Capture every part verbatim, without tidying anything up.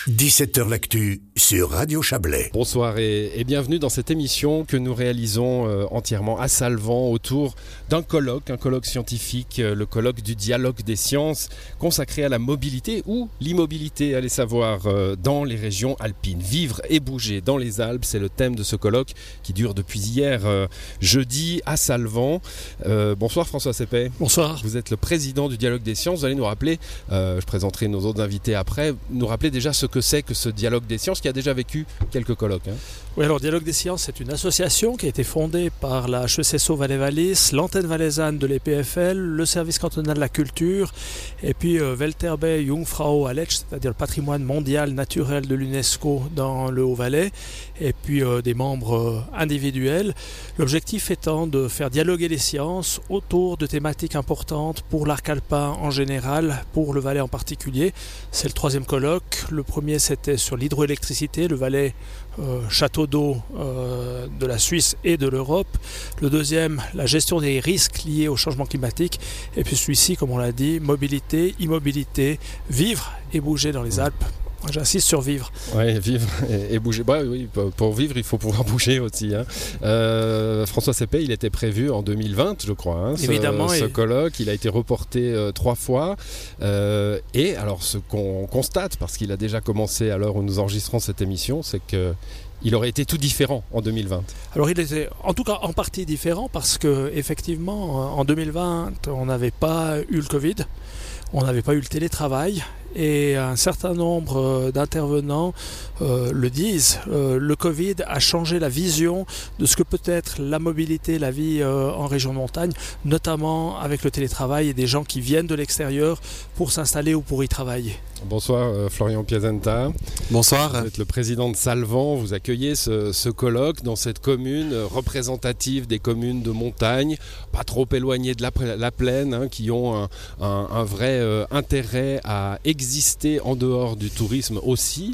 dix-sept heures l'actu sur Radio Chablais. Bonsoir et, et bienvenue dans cette émission que nous réalisons euh, entièrement à Salvan autour d'un colloque, un colloque scientifique, euh, le colloque du dialogue des sciences consacré à la mobilité ou l'immobilité, allez savoir, euh, dans les régions alpines. Vivre et bouger dans les Alpes, c'est le thème de ce colloque qui dure depuis hier euh, jeudi à Salvan. Euh, bonsoir François Seppet. Bonsoir. Vous êtes le président du dialogue des sciences. Vous allez nous rappeler, euh, je présenterai nos autres invités après, nous rappeler déjà ce que c'est que ce dialogue des sciences qui a déjà vécu quelques colloques. Hein. Oui, alors Dialogue des sciences, c'est une association qui a été fondée par la H E C S O Valais-Wallis, l'antenne valaisanne de l'E P F L, le service cantonal de la culture, et puis euh, Welterbe Jungfrau Aletsch, c'est-à-dire le patrimoine mondial naturel de l'UNESCO dans le Haut-Valais, et puis euh, des membres euh, individuels. L'objectif étant de faire dialoguer les sciences autour de thématiques importantes pour l'arc alpin en général, pour le Valais en particulier. C'est le troisième colloque. Le premier, c'était sur l'hydroélectricité, le Valais euh, château d'eau euh, de la Suisse et de l'Europe. Le deuxième, la gestion des risques liés au changement climatique. Et puis celui-ci, comme on l'a dit, mobilité, immobilité, vivre et bouger dans les Alpes. J'insiste sur vivre. Oui, vivre et, et bouger. Bah, oui, pour vivre, il faut pouvoir bouger aussi. Hein. Euh, François Seppet, il était prévu en deux mille vingt, je crois, hein, ce, Évidemment, ce et... colloque. Il a été reporté euh, trois fois. Euh, et alors, ce qu'on constate, parce qu'il a déjà commencé à l'heure où nous enregistrons cette émission, c'est que il aurait été tout différent en deux mille vingt. Alors il était en tout cas en partie différent parce que effectivement en deux mille vingt on n'avait pas eu le Covid, on n'avait pas eu le télétravail et un certain nombre d'intervenants euh, le disent. Euh, le Covid a changé la vision de ce que peut être la mobilité, la vie euh, en région de montagne, notamment avec le télétravail et des gens qui viennent de l'extérieur pour s'installer ou pour y travailler. Bonsoir euh, Florian Piazenta. Bonsoir. Vous êtes le président de Salvan, vous accueillez ce, ce colloque dans cette commune euh, représentative des communes de montagne, pas trop éloignées de la, la plaine, hein, qui ont un, un, un vrai euh, intérêt à exister en dehors du tourisme aussi.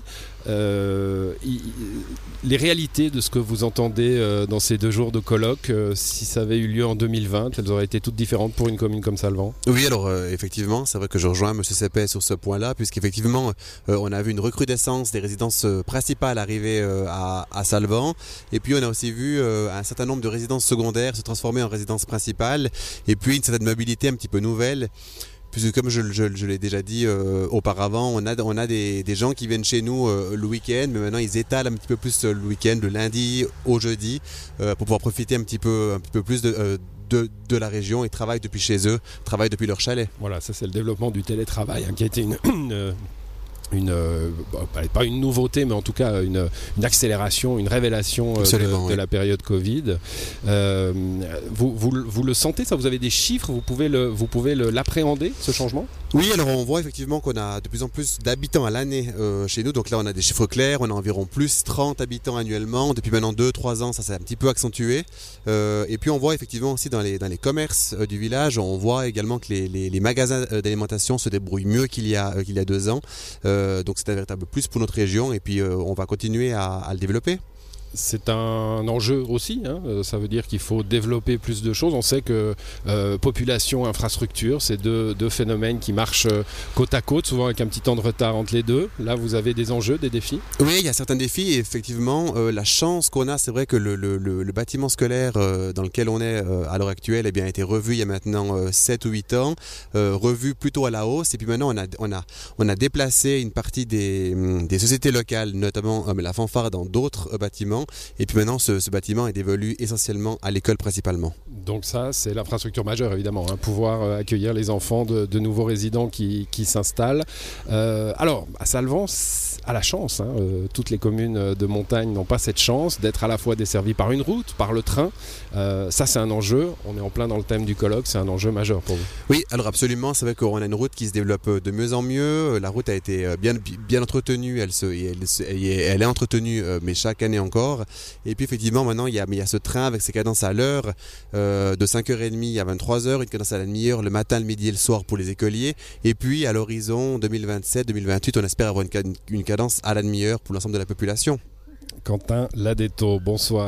Euh, y, les réalités de ce que vous entendez euh, dans ces deux jours de colloque, euh, si ça avait eu lieu en deux mille vingt, elles auraient été toutes différentes pour une commune comme Salvan. Oui, alors euh, effectivement, c'est vrai que je rejoins M. Seppet sur ce point-là, puisqu'effectivement, euh, on a vu une recrudescence des résidences euh, principales arriver euh, à, à Salvan, et puis on a aussi vu euh, un certain nombre de résidences secondaires se transformer en résidences principales, et puis une certaine mobilité un petit peu nouvelle. Puisque comme je, je, je l'ai déjà dit euh, auparavant, on a, on a des, des gens qui viennent chez nous euh, le week-end, mais maintenant ils étalent un petit peu plus le week-end, le lundi au jeudi, euh, pour pouvoir profiter un petit peu, un petit peu plus de, euh, de, de la région. Ils travaillent depuis chez eux, travaillent depuis leur chalet. Voilà, ça c'est le développement du télétravail, hein, qui a été une... une... Une, euh, pas une nouveauté, mais en tout cas une, une accélération, une révélation euh, de, de oui. la période Covid. Euh, vous, vous, vous le sentez, ça? Vous avez des chiffres? Vous pouvez, le, vous pouvez le, l'appréhender, ce changement? Oui, alors on voit effectivement qu'on a de plus en plus d'habitants à l'année euh, chez nous. Donc là, on a des chiffres clairs. On a environ plus trente habitants annuellement. Depuis maintenant deux trois ans, ça s'est un petit peu accentué. Euh, et puis on voit effectivement aussi dans les, dans les commerces euh, du village, on voit également que les, les, les magasins d'alimentation se débrouillent mieux qu'il y a, euh, qu'il y a deux ans. Euh, donc c'est un véritable plus pour notre région et puis euh, on va continuer à, à le développer. C'est un enjeu aussi, hein. Ça veut dire qu'il faut développer plus de choses. On sait que euh, population, infrastructure, c'est deux, deux phénomènes qui marchent côte à côte, souvent avec un petit temps de retard entre les deux. Là, vous avez des enjeux, des défis? Oui, il y a certains défis et effectivement, euh, la chance qu'on a, c'est vrai que le, le, le, le bâtiment scolaire euh, dans lequel on est euh, à l'heure actuelle eh bien, a été revu il y a maintenant euh, sept ou huit ans, euh, revu plutôt à la hausse et puis maintenant on a, on a, on a déplacé une partie des, des sociétés locales, notamment euh, la fanfare dans d'autres euh, bâtiments. Et puis maintenant, ce, ce bâtiment est dévolu essentiellement à l'école principalement. Donc ça, c'est l'infrastructure majeure, évidemment, hein, pouvoir euh, accueillir les enfants de, de nouveaux résidents qui, qui s'installent. Euh, alors, à Salvan a la chance, hein, euh, toutes les communes de montagne n'ont pas cette chance d'être à la fois desservies par une route, par le train. Euh, ça, c'est un enjeu. On est en plein dans le thème du colloque, c'est un enjeu majeur pour vous. Oui, alors absolument, c'est vrai qu'on a une route qui se développe de mieux en mieux. La route a été bien, bien entretenue, elle, se, elle, elle est entretenue, mais chaque année encore. Et puis effectivement, maintenant, il y a, il y a ce train avec ses cadences à l'heure, euh, de cinq heures trente à vingt-trois heures, une cadence à la demi-heure le matin, le midi et le soir pour les écoliers. Et puis à l'horizon deux mille vingt-sept deux mille vingt-huit, on espère avoir une, une cadence à la demi-heure pour l'ensemble de la population. Quentin Ladetto, bonsoir.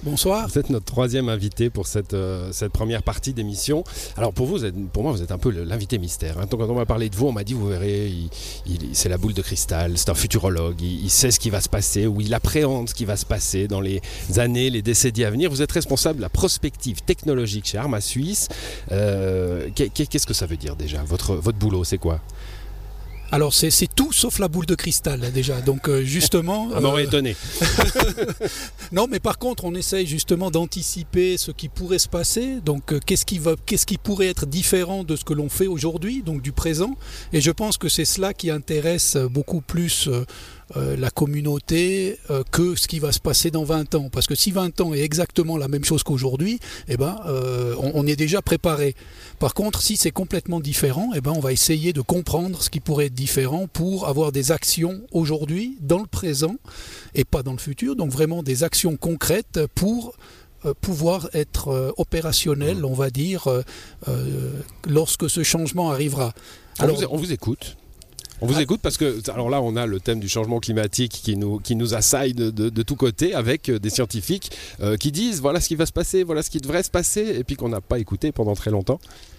Bonsoir. Vous êtes notre troisième invité pour cette, euh, cette première partie d'émission. Alors pour vous, vous êtes, pour moi, vous êtes un peu l'invité mystère. Hein. Quand on m'a parlé de vous, on m'a dit, vous verrez, il, il, c'est la boule de cristal, c'est un futurologue, il, il sait ce qui va se passer, ou il appréhende ce qui va se passer dans les années, les décennies à venir. Vous êtes responsable de la prospective technologique chez Arma Suisse. Euh, qu'est-ce que ça veut dire déjà ? Votre, votre boulot, c'est quoi ? Alors c'est, c'est tout sauf la boule de cristal déjà, donc euh, justement... Ça m'aurait euh... étonné. Non, mais par contre on essaye justement d'anticiper ce qui pourrait se passer, donc euh, qu'est-ce qui va, qu'est-ce qui pourrait être différent de ce que l'on fait aujourd'hui, donc du présent, et je pense que c'est cela qui intéresse beaucoup plus euh, euh, la communauté euh, que ce qui va se passer dans vingt ans, parce que si vingt ans est exactement la même chose qu'aujourd'hui, eh ben, euh, on, on est déjà préparé. Par contre, si c'est complètement différent, eh ben, on va essayer de comprendre ce qui pourrait être différent pour avoir des actions aujourd'hui, dans le présent, et pas dans le futur, donc vraiment des actions concrètes pour euh, pouvoir être euh, opérationnel, on va dire, euh, euh, lorsque ce changement arrivera. Alors, on vous, on vous écoute. On vous ah. écoute parce que, alors là, on a le thème du changement climatique qui nous, qui nous assaille de, de, de tous côtés avec des scientifiques euh, qui disent voilà ce qui va se passer, voilà ce qui devrait se passer, et puis qu'on n'a pas écouté pendant très longtemps.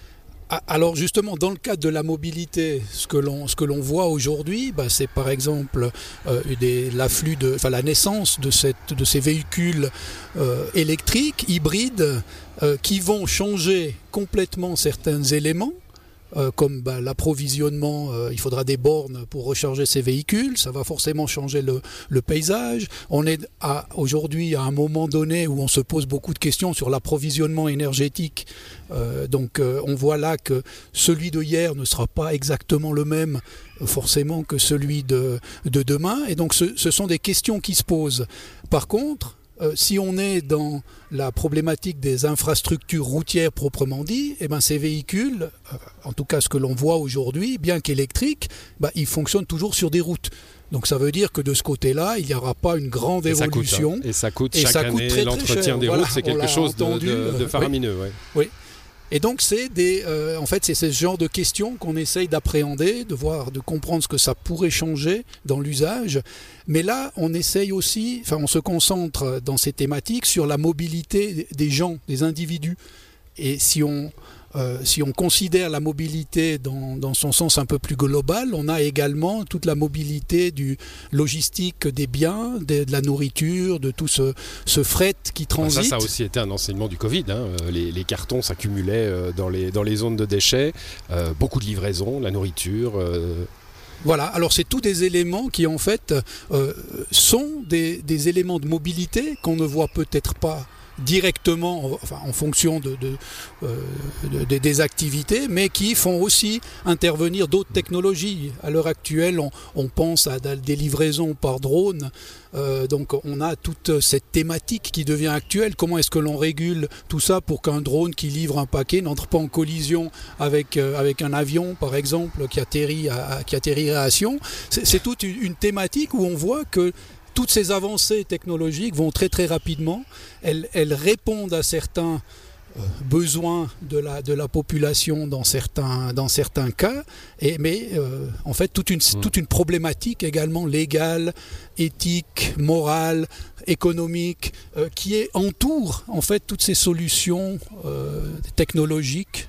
Alors justement, dans le cadre de la mobilité, ce que l'on, ce que l'on voit aujourd'hui, bah, c'est par exemple euh, des, l'afflux de, enfin, la naissance de, cette, de ces véhicules euh, électriques, hybrides, euh, qui vont changer complètement certains éléments. Euh, comme bah, l'approvisionnement, euh, il faudra des bornes pour recharger ces véhicules, ça va forcément changer le, le paysage. On est à, aujourd'hui à un moment donné où on se pose beaucoup de questions sur l'approvisionnement énergétique. Euh, donc euh, on voit là que celui de hier ne sera pas exactement le même euh, forcément que celui de, de demain. Et donc ce, ce sont des questions qui se posent. Par contre, Euh, si on est dans la problématique des infrastructures routières proprement dit, eh ben ces véhicules, euh, en tout cas ce que l'on voit aujourd'hui, bien qu'électriques, bah, ils fonctionnent toujours sur des routes. Donc ça veut dire que de ce côté-là, il n'y aura pas une grande et évolution. Ça coûte, hein. Et ça coûte et chaque ça année, coûte très, l'entretien très cher. des Voilà, routes, c'est quelque chose entendu, de, de, de faramineux. Euh, ouais. Oui. Et donc c'est des, euh, en fait, c'est ce genre de questions qu'on essaye d'appréhender, de voir, de comprendre ce que ça pourrait changer dans l'usage. Mais là, on essaye aussi, enfin, on se concentre dans ces thématiques sur la mobilité des gens, des individus. Et si on Euh, si on considère la mobilité dans, dans son sens un peu plus global, on a également toute la mobilité du logistique des biens, de, de la nourriture, de tout ce, ce fret qui transite. Ça, ça a aussi été un enseignement du Covid. Hein. Les, les cartons s'accumulaient dans les, dans les zones de déchets, euh, beaucoup de livraisons, la nourriture... Euh... Voilà, alors c'est tous des éléments qui en fait euh, sont des, des éléments de mobilité qu'on ne voit peut-être pas directement, enfin, en fonction de, de, euh, de, de, des activités, mais qui font aussi intervenir d'autres technologies. À l'heure actuelle, on, on pense à des livraisons par drone, euh, donc on a toute cette thématique qui devient actuelle. Comment est-ce que l'on régule tout ça pour qu'un drone qui livre un paquet n'entre pas en collision avec, euh, avec un avion, par exemple, qui atterrit à, qui atterrirait à Sion. C'est, c'est toute une, une thématique où on voit que toutes ces avancées technologiques vont très très rapidement, elles, elles répondent à certains euh, besoins de la, de la population dans certains, dans certains cas, et, mais euh, en fait toute une, mmh. toute une problématique également légale, éthique, morale, économique, euh, qui est, entoure en fait toutes ces solutions euh, technologiques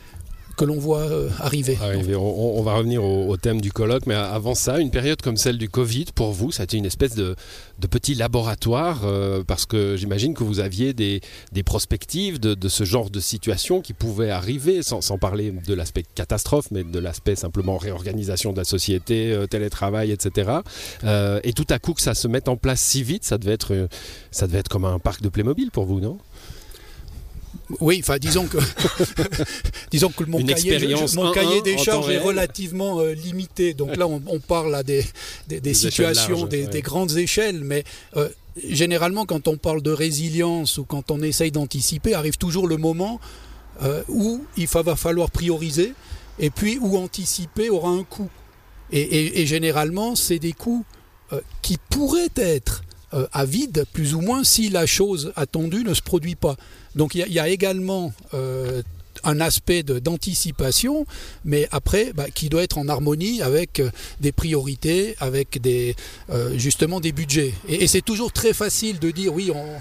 que l'on voit euh, arriver. arriver. On, on va revenir au, au thème du colloque, mais avant ça, une période comme celle du Covid, pour vous, ça a été une espèce de, de petit laboratoire, euh, parce que j'imagine que vous aviez des, des prospectives de, de ce genre de situation qui pouvaient arriver, sans, sans parler de l'aspect catastrophe, mais de l'aspect simplement réorganisation de la société, euh, télétravail, et cetera. Euh, et tout à coup que ça se mette en place si vite, ça devait être, ça devait être comme un parc de Playmobil pour vous, non ? Oui, enfin disons que disons que mon Une cahier, je, mon cahier des charges est relativement euh, limité. Donc là, on, on parle à des, des, des, des situations, larges, des, ouais. des grandes échelles, mais euh, généralement, quand on parle de résilience ou quand on essaye d'anticiper, arrive toujours le moment euh, où il va falloir prioriser et puis où anticiper aura un coût. Et, et, et généralement, c'est des coûts euh, qui pourraient être euh, à vide, plus ou moins, si la chose attendue ne se produit pas. Donc il y, y a également euh, un aspect de, d'anticipation, mais après, bah, qui doit être en harmonie avec euh, des priorités, avec des, euh, justement des budgets. Et, et c'est toujours très facile de dire, oui, on...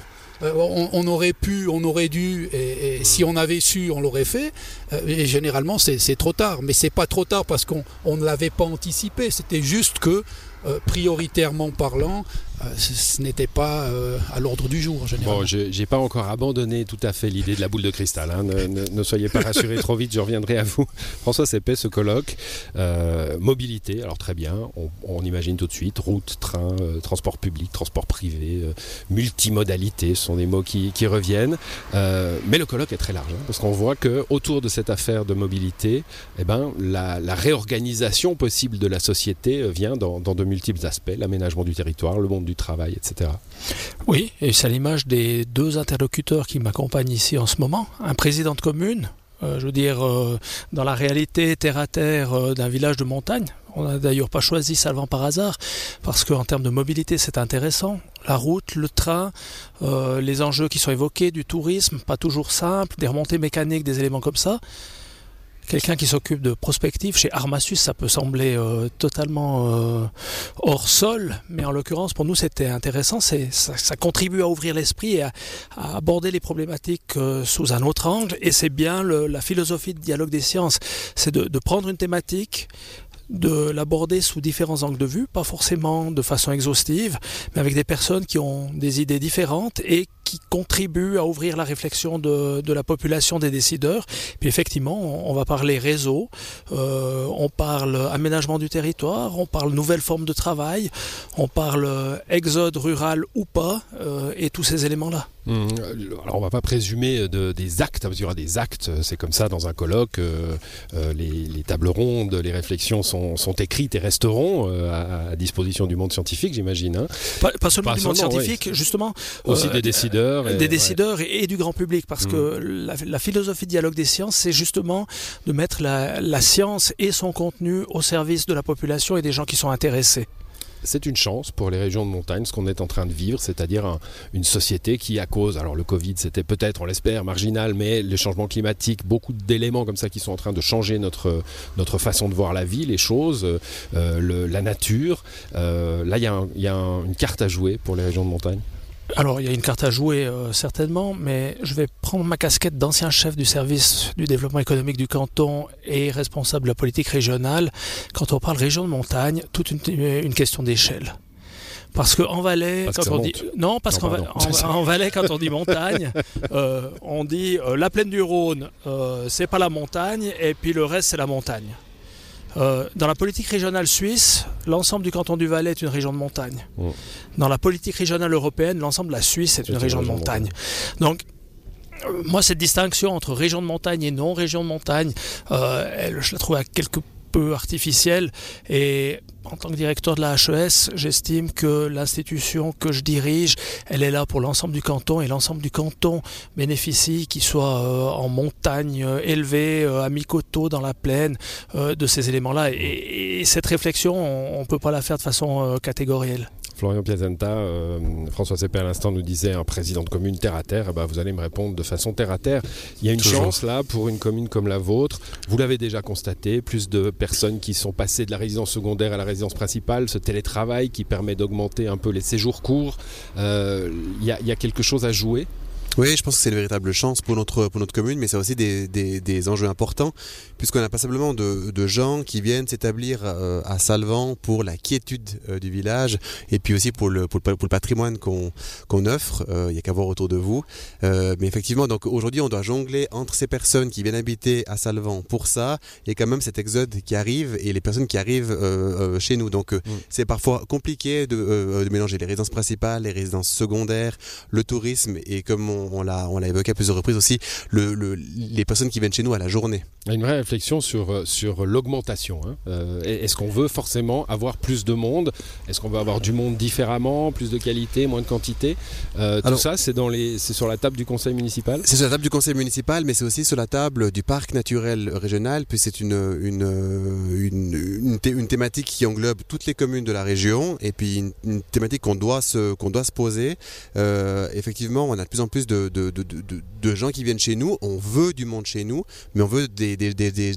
euh, on, on aurait pu, on aurait dû, et, et si on avait su, on l'aurait fait. Euh, et généralement, c'est, c'est trop tard. Mais c'est pas trop tard parce qu'on on ne l'avait pas anticipé. C'était juste que, euh, prioritairement parlant, euh, ce, ce n'était pas euh, à l'ordre du jour, généralement. Bon, je n'ai pas encore abandonné tout à fait l'idée de la boule de cristal. Hein. Ne, ne, ne soyez pas rassurés trop vite, je reviendrai à vous. François Seppet, ce colloque, euh, mobilité, alors très bien, on, on imagine tout de suite, route, train, euh, transport public, transport privé, euh, multimodalité, ce sont des mots qui, qui reviennent. Euh, mais le colloque est très large, hein, parce qu'on voit qu'autour de cette affaire de mobilité, eh ben, la, la réorganisation possible de la société vient dans, dans de multiples aspects, l'aménagement du territoire, le monde du travail, et cetera. Oui, et c'est à l'image des deux interlocuteurs qui m'accompagnent ici en ce moment. Un président de commune, euh, je veux dire, euh, dans la réalité terre à terre euh, d'un village de montagne. On n'a d'ailleurs pas choisi Salvan par hasard, parce qu'en termes de mobilité, c'est intéressant. La route, le train, euh, les enjeux qui sont évoqués, du tourisme, pas toujours simple, des remontées mécaniques, des éléments comme ça. Quelqu'un qui s'occupe de prospective, chez Armasus, ça peut sembler euh, totalement euh, hors sol, mais en l'occurrence, pour nous, c'était intéressant. C'est, ça, ça contribue à ouvrir l'esprit et à, à aborder les problématiques euh, sous un autre angle. Et c'est bien le, la philosophie de dialogue des sciences, c'est de, de prendre une thématique, de l'aborder sous différents angles de vue, pas forcément de façon exhaustive, mais avec des personnes qui ont des idées différentes et qui contribuent à ouvrir la réflexion de, de la population, des décideurs. Puis effectivement, on va parler réseau, euh, on parle aménagement du territoire, on parle nouvelles formes de travail, on parle exode rural ou pas, euh, et tous ces éléments-là. Mmh. Alors on ne va pas présumer de, des actes, parce qu'il y aura des actes, c'est comme ça dans un colloque, euh, euh, les, les tables rondes, les réflexions sont, sont écrites et resteront euh, à, à disposition du monde scientifique, j'imagine. Hein. Pas, pas seulement pas du monde seulement, scientifique, oui. Justement. Aussi euh, des décideurs. Et, et, des décideurs ouais. et, et du grand public, parce mmh. que la, la philosophie de dialogue des sciences, c'est justement de mettre la, la science et son contenu au service de la population et des gens qui sont intéressés. C'est une chance pour les régions de montagne, ce qu'on est en train de vivre, c'est-à-dire un, une société qui, à cause, alors le Covid c'était peut-être, on l'espère, marginal, mais les changements climatiques, beaucoup d'éléments comme ça qui sont en train de changer notre, notre façon de voir la vie, les choses, euh, le, la nature. Euh, là, il y a, un, y a un, une carte à jouer pour les régions de montagne. Alors, il y a une carte à jouer, euh, certainement, mais je vais prendre ma casquette d'ancien chef du service du développement économique du canton et responsable de la politique régionale. Quand on parle région de montagne, toute une, une question d'échelle. Parce qu'en Valais, parce quand que on monte. dit non, parce non, qu'en en, en Valais, quand on dit montagne, euh, on dit euh, la plaine du Rhône, euh, c'est pas la montagne, et puis le reste c'est la montagne. Euh, dans la politique régionale suisse, l'ensemble du canton du Valais est une région de montagne. Mmh. Dans la politique régionale européenne, l'ensemble de la Suisse est, est une, une région, région de montagne. montagne. Donc, euh, moi, cette distinction entre région de montagne et non région de montagne, euh, elle, je la trouve à quelque peu artificielle. Et en tant que directeur de la H E S, j'estime que l'institution que je dirige, elle est là pour l'ensemble du canton, et l'ensemble du canton bénéficie, qu'il soit euh, en montagne euh, élevée, euh, à mi-coteau, dans la plaine, euh, de ces éléments-là. Et, et cette réflexion, on ne peut pas la faire de façon euh, catégorielle. Florian Piazenta, euh, François Seppet à l'instant nous disait un président de commune terre à terre, eh ben vous allez me répondre de façon terre à terre. Il y a une Toujours. chance là pour une commune comme la vôtre, vous l'avez déjà constaté, plus de personnes qui sont passées de la résidence secondaire à la résidence principale, ce télétravail qui permet d'augmenter un peu les séjours courts, euh, il y a, y a quelque chose à jouer. Oui, je pense que c'est une véritable chance pour notre, pour notre commune, mais c'est aussi des, des, des enjeux importants, puisqu'on a passablement de, de gens qui viennent s'établir euh, à Salvan pour la quiétude euh, du village, et puis aussi pour le, pour le, pour le patrimoine qu'on, qu'on offre. Il euh, n'y a qu'à voir autour de vous. Euh, mais effectivement, donc aujourd'hui, on doit jongler entre ces personnes qui viennent habiter à Salvan pour ça, et quand même cet exode qui arrive, et les personnes qui arrivent euh, euh, chez nous. Donc, euh, mmh. c'est parfois compliqué de, euh, de mélanger les résidences principales, les résidences secondaires, le tourisme, et comme on On l'a, on l'a évoqué à plusieurs reprises aussi, le, le, les personnes qui viennent chez nous à la journée. Il y a une vraie réflexion sur, sur l'augmentation. Hein. Euh, est-ce qu'on veut forcément avoir plus de monde ? Est-ce qu'on veut avoir du monde différemment, plus de qualité, moins de quantité ? euh, Tout Alors, ça, c'est, dans les, c'est sur la table du conseil municipal ? C'est sur la table du conseil municipal, mais c'est aussi sur la table du parc naturel régional, puis c'est une, une, une, une, thé, une thématique qui englobe toutes les communes de la région, et puis une, une thématique qu'on doit se, qu'on doit se poser. Euh, effectivement, on a de plus en plus de De, de, de, de gens qui viennent chez nous, on veut du monde chez nous, mais on veut des, des, des, des,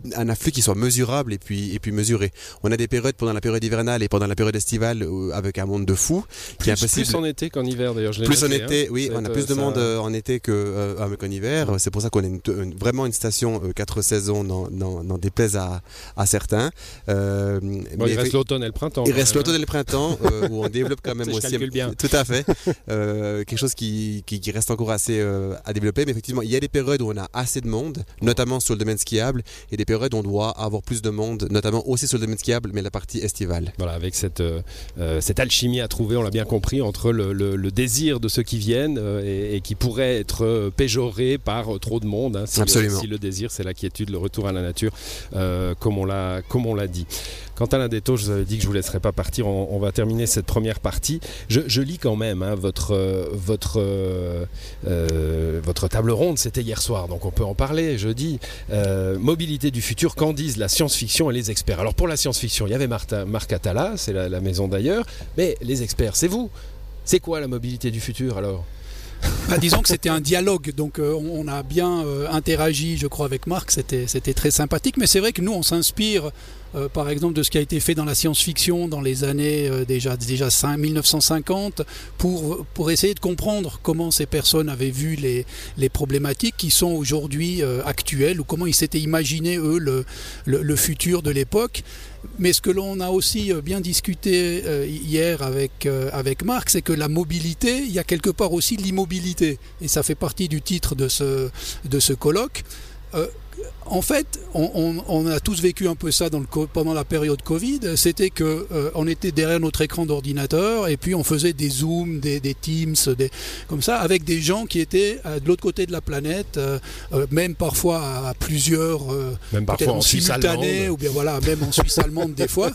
un afflux qui soit mesurable et puis, et puis mesuré. On a des périodes pendant la période hivernale et pendant la période estivale euh, avec un monde de fou qui plus, est impossible. Plus en été qu'en hiver d'ailleurs. Je l'ai plus noté, en été, hein. oui, C'est on a euh, plus de ça... monde euh, en été que, euh, qu'en hiver. C'est pour ça qu'on a une, une, vraiment une station euh, quatre saisons dans, dans, dans des plaisirs à, à certains. Euh, bon, mais il reste l'automne et le printemps. Il reste même, l'automne et le printemps euh, où on développe quand même je aussi. calcule bien. Tout à fait. Euh, quelque chose qui, qui, qui reste encore assez euh, à développer. Mais effectivement, il y a des périodes où on a assez de monde, notamment sur le domaine skiable, et des périodes où on doit avoir plus de monde, notamment aussi sur le domaine skiable, mais la partie estivale. Voilà, avec cette, euh, cette alchimie à trouver, on l'a bien compris, entre le, le, le désir de ceux qui viennent euh, et, et qui pourrait être péjoré par euh, trop de monde. Hein, si, Absolument. Si le désir, c'est l'inquiétude, le retour à la nature, euh, comme, on l'a, comme on l'a dit. Quant à Alain Détaux, je vous avais dit que je ne vous laisserai pas partir. On, on va terminer cette première partie. Je, je lis quand même hein, votre, euh, votre, euh, euh, votre table ronde. C'était hier soir, donc on peut en parler. Je dis euh, mobilité du futur, qu'en disent la science-fiction et les experts. Alors pour la science-fiction, il y avait Martha, Marc Atala, c'est la, la maison d'ailleurs. Mais les experts, c'est vous. C'est quoi la mobilité du futur alors ? Bah, disons que c'était un dialogue, donc euh, on a bien euh, interagi, je crois, avec Marc, c'était, c'était très sympathique, mais c'est vrai que nous, on s'inspire, euh, par exemple, de ce qui a été fait dans la science-fiction dans les années euh, déjà, déjà mille neuf cent cinquante, pour, pour essayer de comprendre comment ces personnes avaient vu les, les problématiques qui sont aujourd'hui euh, actuelles, ou comment ils s'étaient imaginé, eux, le, le, le futur de l'époque. Mais ce que l'on a aussi bien discuté euh, hier avec, euh, avec Marc, c'est que la mobilité, il y a quelque part aussi l'immobilité. Et ça fait partie du titre de ce, de ce colloque. Euh, en fait, on, on, on a tous vécu un peu ça dans le, pendant la période Covid. C'était qu'on euh, était derrière notre écran d'ordinateur et puis on faisait des Zooms, des, des Teams, des, comme ça, avec des gens qui étaient euh, de l'autre côté de la planète, euh, euh, même parfois à, à plusieurs, euh, même parfois en, en Suisse allemande, ou bien voilà, même en Suisse allemande des fois.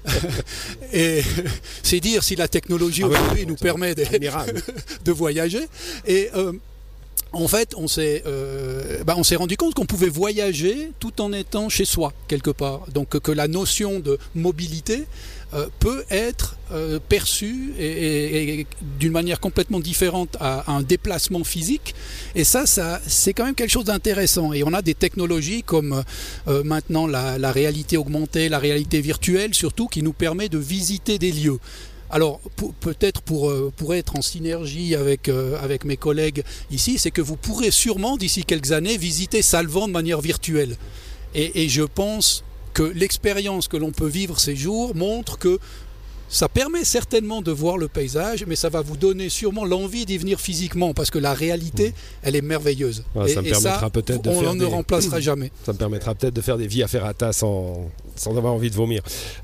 Et c'est dire si la technologie ah aujourd'hui oui, nous permet de, de voyager. Et euh, En fait, on s'est, euh, bah on s'est rendu compte qu'on pouvait voyager tout en étant chez soi, quelque part. Donc que la notion de mobilité euh, peut être euh, perçue et, et, et d'une manière complètement différente à, à un déplacement physique. Et ça, ça, c'est quand même quelque chose d'intéressant. Et on a des technologies comme euh, maintenant la, la réalité augmentée, la réalité virtuelle surtout, qui nous permet de visiter des lieux. Alors, pour, peut-être pour, pour être en synergie avec, euh, avec mes collègues ici, c'est que vous pourrez sûrement, d'ici quelques années, visiter Salvan de manière virtuelle. Et, et je pense que l'expérience que l'on peut vivre ces jours montre que ça permet certainement de voir le paysage, mais ça va vous donner sûrement l'envie d'y venir physiquement, parce que la réalité, elle est merveilleuse. Ouais, et ça me et permettra ça, peut-être de on faire ne des... remplacera jamais. Ça me permettra peut-être de faire des via ferrata sans, sans avoir envie de vomir.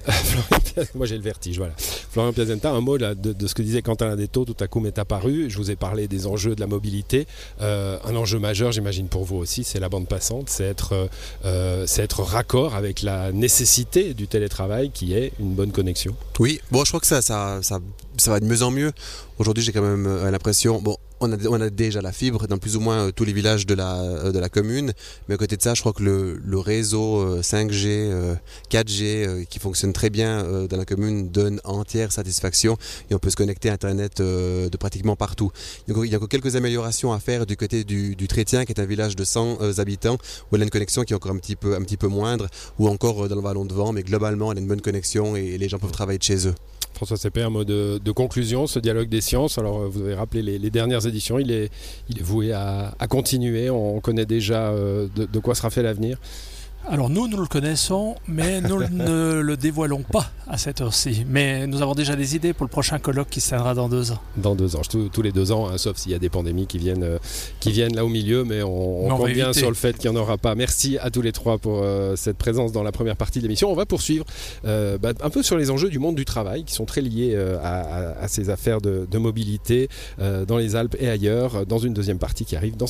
Moi j'ai le vertige, voilà. Florian Piazenta, un mot là, de, de ce que disait Quentin Alain Détaux, tout à coup m'est apparu. Je vous ai parlé des enjeux de la mobilité. Euh, un enjeu majeur, j'imagine pour vous aussi, c'est la bande passante, c'est être, euh, c'est être raccord avec la nécessité du télétravail qui est une bonne connexion. Oui, bon, je crois que ça, ça, ça, ça va de mieux en mieux. Aujourd'hui, j'ai quand même euh, l'impression, bon, on a, on a déjà la fibre dans plus ou moins euh, tous les villages de la, euh, de la commune, mais à côté de ça, je crois que le, le réseau euh, cinq G, euh, quatre G euh, qui fonctionne très bien euh, dans la commune donne entière satisfaction et on peut se connecter à Internet euh, de pratiquement partout. Donc, il y a encore quelques améliorations à faire du côté du, du Trétien, qui est un village de cent euh, habitants, où elle a une connexion qui est encore un petit peu, un petit peu moindre, ou encore euh, dans le Vallon de Vent, mais globalement, elle a une bonne connexion et, et les gens peuvent travailler de chez eux. François Seppé, un mot de, de conclusion, ce dialogue des sciences. Alors, vous avez rappelé les, les dernières éditions, il est, il est voué à, à continuer. On connaît déjà euh, de, de quoi sera fait l'avenir. Alors nous, nous le connaissons, mais nous ne le dévoilons pas à cette heure-ci. Mais nous avons déjà des idées pour le prochain colloque qui se tiendra dans deux ans. Dans deux ans, tous, tous les deux ans, hein, sauf s'il y a des pandémies qui viennent, euh, qui viennent là au milieu, mais on, on, on compte bien éviter. Sur le fait qu'il n'y en aura pas. Merci à tous les trois pour euh, cette présence dans la première partie de l'émission. On va poursuivre euh, bah, un peu sur les enjeux du monde du travail qui sont très liés euh, à, à, à ces affaires de, de mobilité euh, dans les Alpes et ailleurs, dans une deuxième partie qui arrive dans